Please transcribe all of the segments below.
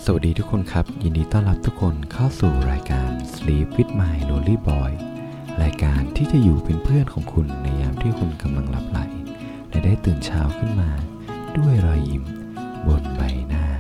สวัสดีทุกคนครับยินดีต้อนรับทุกคนเข้าสู่รายการ Sleep with My Lonely Boy รายการที่จะอยู่เป็นเพื่อนของคุณในยามที่คุณกำลังหลับไหลและได้ตื่นเช้าขึ้นมาด้วยรอยยิ้มบนใบหน้า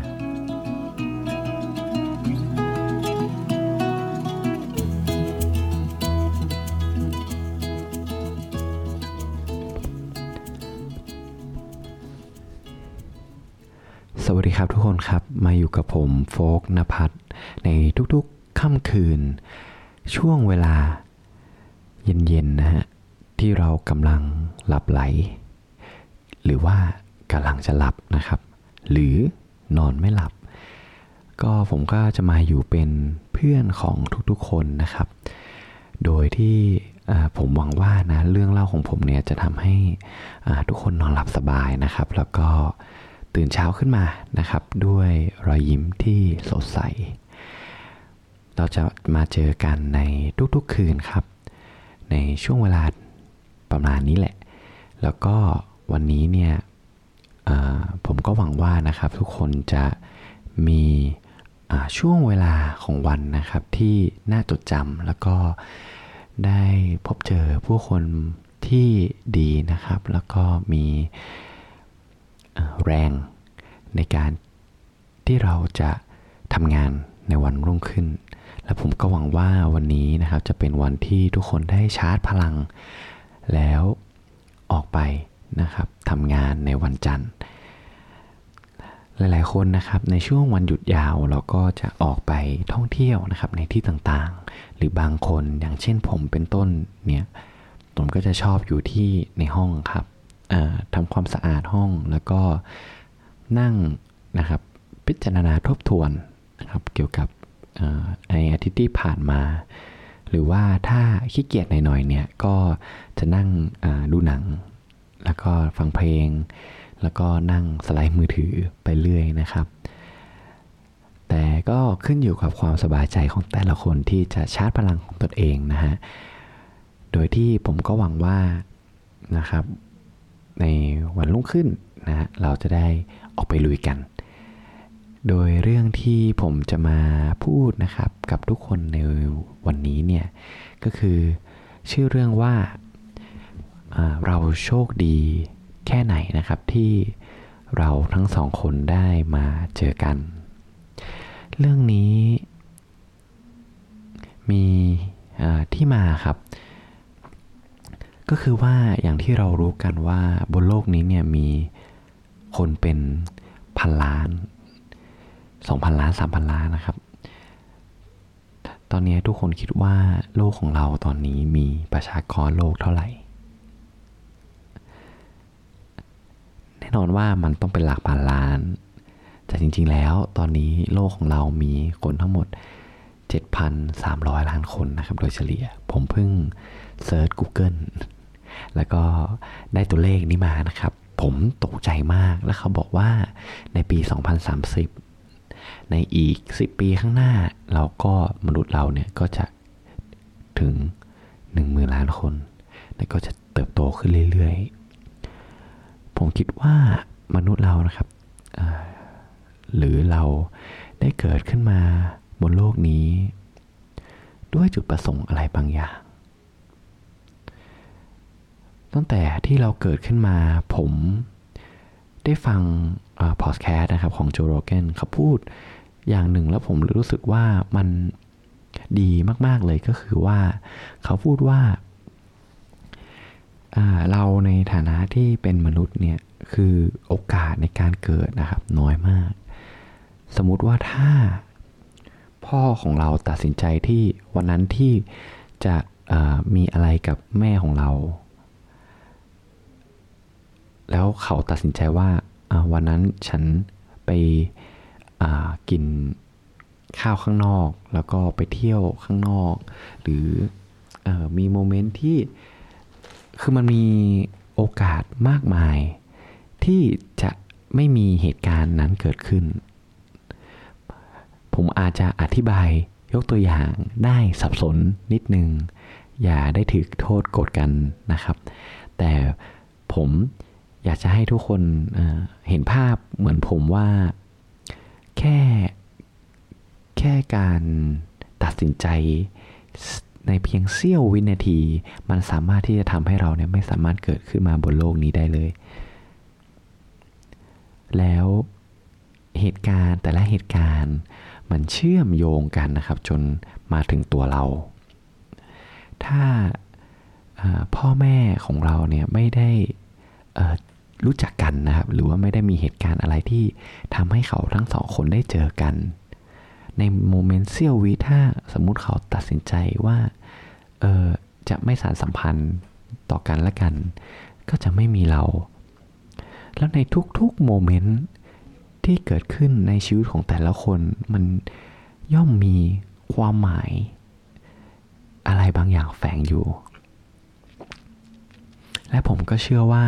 สวัสดีครับทุกคนครับมาอยู่กับผมโฟกณภัทรในทุกๆค่ำคืนช่วงเวลาเย็นๆนะฮะที่เรากำลังหลับไหลหรือว่ากำลังจะหลับนะครับหรือนอนไม่หลับก็ผมก็จะมาอยู่เป็นเพื่อนของทุกๆคนนะครับโดยที่ผมหวังว่านะเรื่องเล่าของผมเนี่ยจะทำให้ทุกคนนอนหลับสบายนะครับแล้วก็ตื่นเช้าขึ้นมานะครับด้วยรอยยิ้มที่สดใสเราจะมาเจอกันในทุกๆคืนครับในช่วงเวลาประมาณนี้แหละแล้วก็วันนี้เนี่ยผมก็หวังว่านะครับทุกคนจะมีช่วงเวลาของวันนะครับที่น่าจดจำแล้วก็ได้พบเจอผู้คนที่ดีนะครับแล้วก็มีแรงในการที่เราจะทำงานในวันรุ่งขึ้นและผมก็หวังว่าวันนี้นะครับจะเป็นวันที่ทุกคนได้ชาร์จพลังแล้วออกไปนะครับทำงานในวันจันทร์หลายๆคนนะครับในช่วงวันหยุดยาวเราก็จะออกไปท่องเที่ยวนะครับในที่ต่างๆหรือบางคนอย่างเช่นผมเป็นต้นเนี่ยผมก็จะชอบอยู่ที่ในห้องครับทำความสะอาดห้องแล้วก็นั่งนะครับพิจารณาทบทวนนะครับเกี่ยวกับในอาทิตย์ที่ผ่านมาหรือว่าถ้าขี้เกียจหน่อยๆเนี่ยก็จะนั่งดูหนังแล้วก็ฟังเพลงแล้วก็นั่งสไลด์มือถือไปเรื่อยนะครับแต่ก็ขึ้นอยู่กับความสบายใจของแต่ละคนที่จะชาร์จพลังของตนเองนะฮะโดยที่ผมก็หวังว่านะครับในวันรุ่งขึ้นนะเราจะได้ออกไปลุยกันโดยเรื่องที่ผมจะมาพูดนะครับกับทุกคนในวันนี้เนี่ยก็คือชื่อเรื่องว่าเราโชคดีแค่ไหนนะครับที่เราทั้งสองคนได้มาเจอกันเรื่องนี้มีที่มาครับก็คือว่าอย่างที่เรารู้กันว่าบนโลกนี้เนี่ยมีคนเป็นพันล้าน2,000 ล้าน 3,000 ล้านนะครับตอนนี้ทุกคนคิดว่าโลกของเราตอนนี้มีประชากรโลกเท่าไหร่แน่นอนว่ามันต้องเป็นหลักพันล้านแต่จริงๆแล้วตอนนี้โลกของเรามีคนทั้งหมด 7,300 ล้านคนนะครับโดยเฉลี่ยผมเพิ่งเซิร์ช Google แล้วก็ได้ตัวเลขนี้มานะครับผมตกใจมากแล้วเขาบอกว่าในปี 2030 ในอีก10 ปีข้างหน้าเราก็มนุษย์เราเนี่ยก็จะถึง 10,000 ล้านคนและก็จะเติบโตขึ้นเรื่อยๆผมคิดว่ามนุษย์เรานะครับหรือเราได้เกิดขึ้นมาบนโลกนี้ด้วยจุดประสงค์อะไรบางอย่างตั้งแต่ที่เราเกิดขึ้นมาผมได้ฟังพอดแคสต์นะครับของโจโรแกนเขาพูดอย่างหนึ่งแล้วผมรู้สึกว่ามันดีมากๆเลยก็คือว่าเขาพูดว่าเราในฐานะที่เป็นมนุษย์เนี่ยคือโอกาสในการเกิดนะครับน้อยมากสมมุติว่าถ้าพ่อของเราตัดสินใจที่วันนั้นที่จะมีอะไรกับแม่ของเราแล้วเขาตัดสินใจว่าวันนั้นฉันไปกินข้าวข้างนอกแล้วก็ไปเที่ยวข้างนอกหรือมีโมเมนต์ที่คือมันมีโอกาสมากมายที่จะไม่มีเหตุการณ์นั้นเกิดขึ้นผมอาจจะอธิบายยกตัวอย่างได้สับสนนิดนึงอย่าได้ถือโทษโกรธกันนะครับแต่ผมอยากจะให้ทุกคนเห็นภาพเหมือนผมว่าแค่ค่การตัดสินใจในเพียงเสี้ยววินาทีมันสามารถที่จะทำให้เราเนี่ยไม่สามารถเกิดขึ้นมาบนโลกนี้ได้เลยแล้วเหตุการณ์แต่ละเหตุการณ์มันเชื่อมโยงกันนะครับจนมาถึงตัวเราถ้าพ่อแม่ของเราเนี่ยไม่ได้รู้จักกันนะครับหรือว่าไม่ได้มีเหตุการณ์อะไรที่ทำให้เขาทั้งสองคนได้เจอกันในโมเมนต์เสี้ยววิถ้าสมมุติเขาตัดสินใจว่าจะไม่สานสัมพันธ์ต่อกันและกันก็จะไม่มีเราแล้วในทุกๆโมเมนต์ที่เกิดขึ้นในชีวิตของแต่ละคนมันย่อมมีความหมายอะไรบางอย่างแฝงอยู่และผมก็เชื่อว่า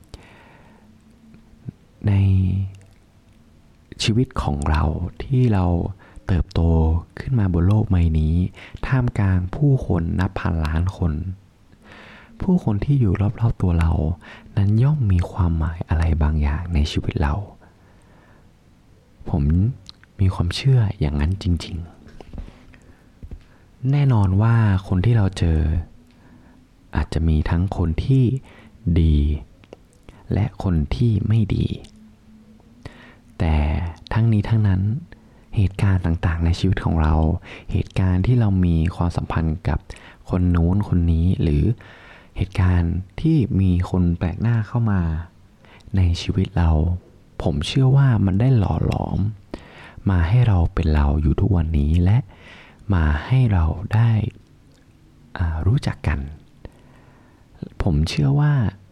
ในชีวิตของเราที่เราเติบโตขึ้นมาบนโลกใบนี้ท่ามกลางผู้คนนับพันล้านคนผู้คนที่อยู่รอบๆตัวเรานั้นย่อมมีความหมายอะไรบางอย่างในชีวิตเราผมมีความเชื่ออย่างนั้นจริงๆแน่นอนว่าคนที่เราเจออาจจะมีทั้งคนที่ดีและคนที่ไม่ดีแต่ทั้งนี้ทั้งนั้นเหตุการณ์ต่างๆในชีวิตของเราเหตุการณ์ที่เรามีความสัมพันธ์กับคนนู้นคนนี้หรือเหตุการณ์ที่มีคนแปลกหน้าเข้ามาในชีวิตเราผมเชื่อว่ามันได้หล่อหลอมมาให้เราเป็นเราอยู่ทุกวันนี้และมาให้เราได้รู้จักกันผมเชื่อว่า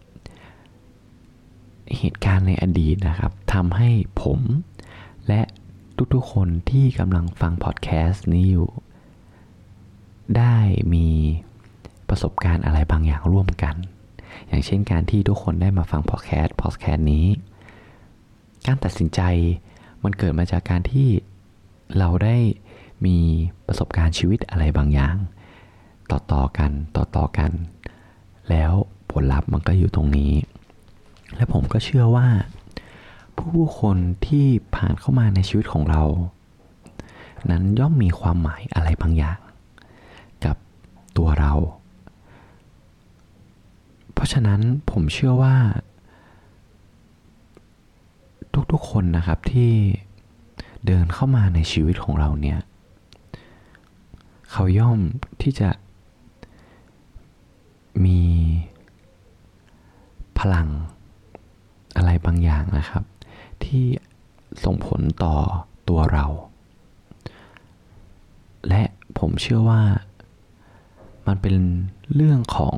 เหตุการณ์ในอดีตนะครับทำให้ผมและทุกๆคนที่กำลังฟังพอดแคสต์นี้อยู่ได้มีประสบการณ์อะไรบางอย่างร่วมกันอย่างเช่นการที่ทุกคนได้มาฟังพอดแคสต์นี้การตัดสินใจมันเกิดมาจากการที่เราได้มีประสบการณ์ชีวิตอะไรบางอย่างต่อกันแล้วผลลัพธ์มันก็อยู่ตรงนี้และผมก็เชื่อว่าผู้คนที่ผ่านเข้ามาในชีวิตของเรานั้นย่อมมีความหมายอะไรบางอย่างกับตัวเราเพราะฉะนั้นผมเชื่อว่าทุกๆคนนะครับที่เดินเข้ามาในชีวิตของเราเนี่ยเขาย่อมที่จะมีพลังอะไรบางอย่างนะครับที่ส่งผลต่อตัวเราและผมเชื่อว่ามันเป็นเรื่องของ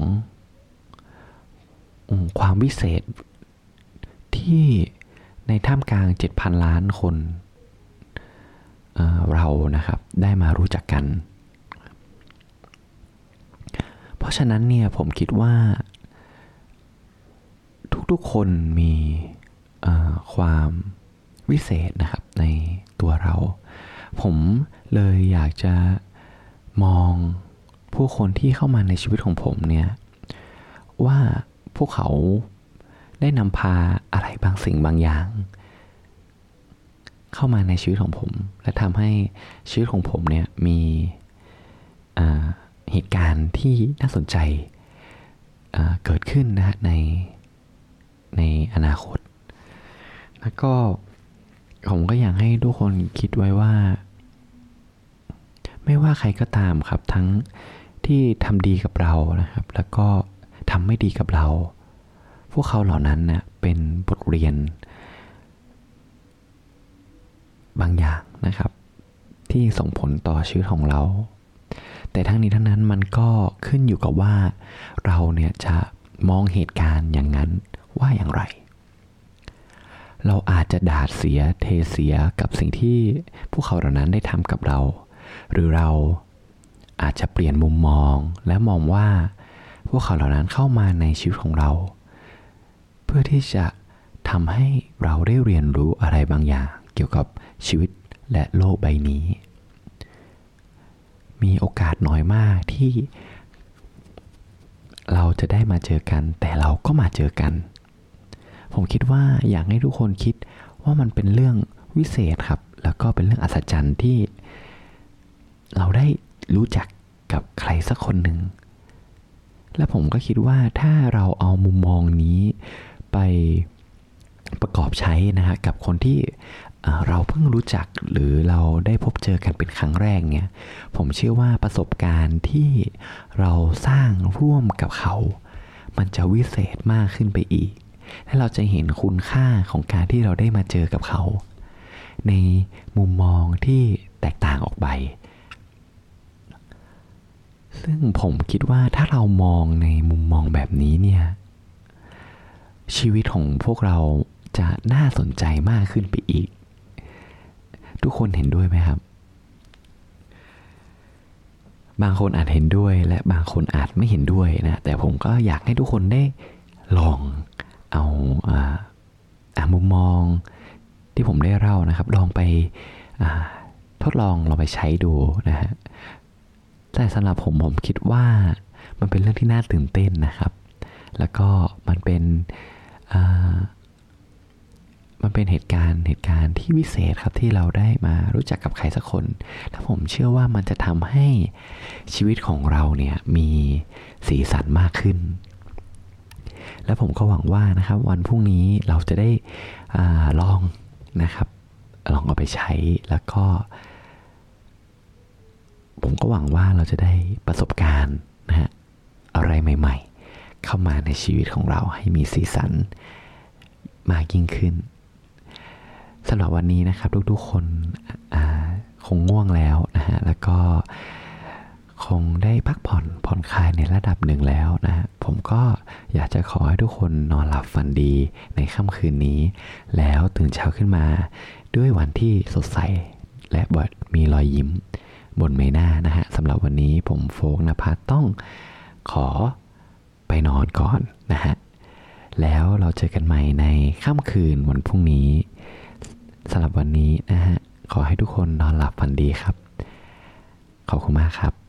ความวิเศษที่ในท่ามกลาง 7,000 ล้านคนเรานะครับได้มารู้จักกันเพราะฉะนั้นเนี่ยผมคิดว่าทุกๆคนมีความวิเศษนะครับในตัวเราผมเลยอยากจะมองผู้คนที่เข้ามาในชีวิตของผมเนี่ยว่าพวกเขาได้นำพาอะไรบางสิ่งบางอย่างเข้ามาในชีวิตของผมและทำให้ชีวิตของผมเนี่ยมีเหตุการณ์ที่น่าสนใจเกิดขึ้นนะฮะในอนาคตแล้วก็ผมก็อยากให้ทุกคนคิดไว้ว่าไม่ว่าใครก็ตามครับทั้งที่ทำดีกับเรานะครับแล้วก็ทำไม่ดีกับเราพวกเขาเหล่านั้นเนี่ยเป็นบทเรียนบางอย่างนะครับที่ส่งผลต่อชีวิตของเราแต่ทั้งนี้ทั้งนั้นมันก็ขึ้นอยู่กับว่าเราเนี่ยจะมองเหตุการณ์อย่างนั้นว่าอย่างไรเราอาจจะด่าเสียเทเสียกับสิ่งที่พวกเขาเหล่านั้นได้ทำกับเราหรือเราอาจจะเปลี่ยนมุมมองและมองว่าพวกเขาเหล่านั้นเข้ามาในชีวิตของเราเพื่อที่จะทำให้เราได้เรียนรู้อะไรบางอย่างเกี่ยวกับชีวิตและโลกใบนี้มีโอกาสน้อยมากที่เราจะได้มาเจอกันแต่เราก็มาเจอกันผมคิดว่าอยากให้ทุกคนคิดว่ามันเป็นเรื่องวิเศษครับแล้วก็เป็นเรื่องอัศจรรย์ที่เราได้รู้จักกับใครสักคนหนึ่งและผมก็คิดว่าถ้าเราเอามุมมองนี้ไปประกอบใช้นะฮะกับคนที่เราเพิ่งรู้จักหรือเราได้พบเจอกันเป็นครั้งแรกเนี่ยผมเชื่อว่าประสบการณ์ที่เราสร้างร่วมกับเขามันจะวิเศษมากขึ้นไปอีกและเราจะเห็นคุณค่าของการที่เราได้มาเจอกับเขาในมุมมองที่แตกต่างออกไปซึ่งผมคิดว่าถ้าเรามองในมุมมองแบบนี้เนี่ยชีวิตของพวกเราจะน่าสนใจมากขึ้นไปอีกทุกคนเห็นด้วยไหมครับบางคนอาจเห็นด้วยและบางคนอาจไม่เห็นด้วยนะแต่ผมก็อยากให้ทุกคนได้ลองเอามุมมองที่ผมได้เล่านะครับลองไปทดลองไปใช้ดูนะฮะแต่สำหรับผมคิดว่ามันเป็นเรื่องที่น่าตื่นเต้นนะครับแล้วก็มันเป็นเหตุการณ์ที่วิเศษครับที่เราได้มารู้จักกับใครสักคนและผมเชื่อว่ามันจะทำให้ชีวิตของเราเนี่ยมีสีสันมากขึ้นและผมก็หวังว่านะครับวันพรุ่งนี้เราจะได้ลองนะครับลองเอาไปใช้แล้วก็ผมก็หวังว่าเราจะได้ประสบการณ์นะฮะอะไรใหม่ๆเข้ามาในชีวิตของเราให้มีสีสันมากยิ่งขึ้นสำหรับวันนี้นะครับทุกๆคนคงง่วงแล้วนะฮะแล้วก็คงได้พักผ่อนคลายในระดับหนึ่งแล้วนะฮะผมก็อยากจะขอให้ทุกคนนอนหลับฝันดีในค่ำคืนนี้แล้วตื่นเช้าขึ้นมาด้วยวันที่สดใสและมีรอยยิ้มบนใบหน้านะฮะสำหรับวันนี้ผมโฟกนภัสต้องขอไปนอนก่อนนะฮะแล้วเราเจอกันใหม่ในค่ำคืนวันพรุ่งนี้สำหรับวันนี้นะฮะขอให้ทุกคนนอนหลับฝันดีครับขอบคุณมากครับ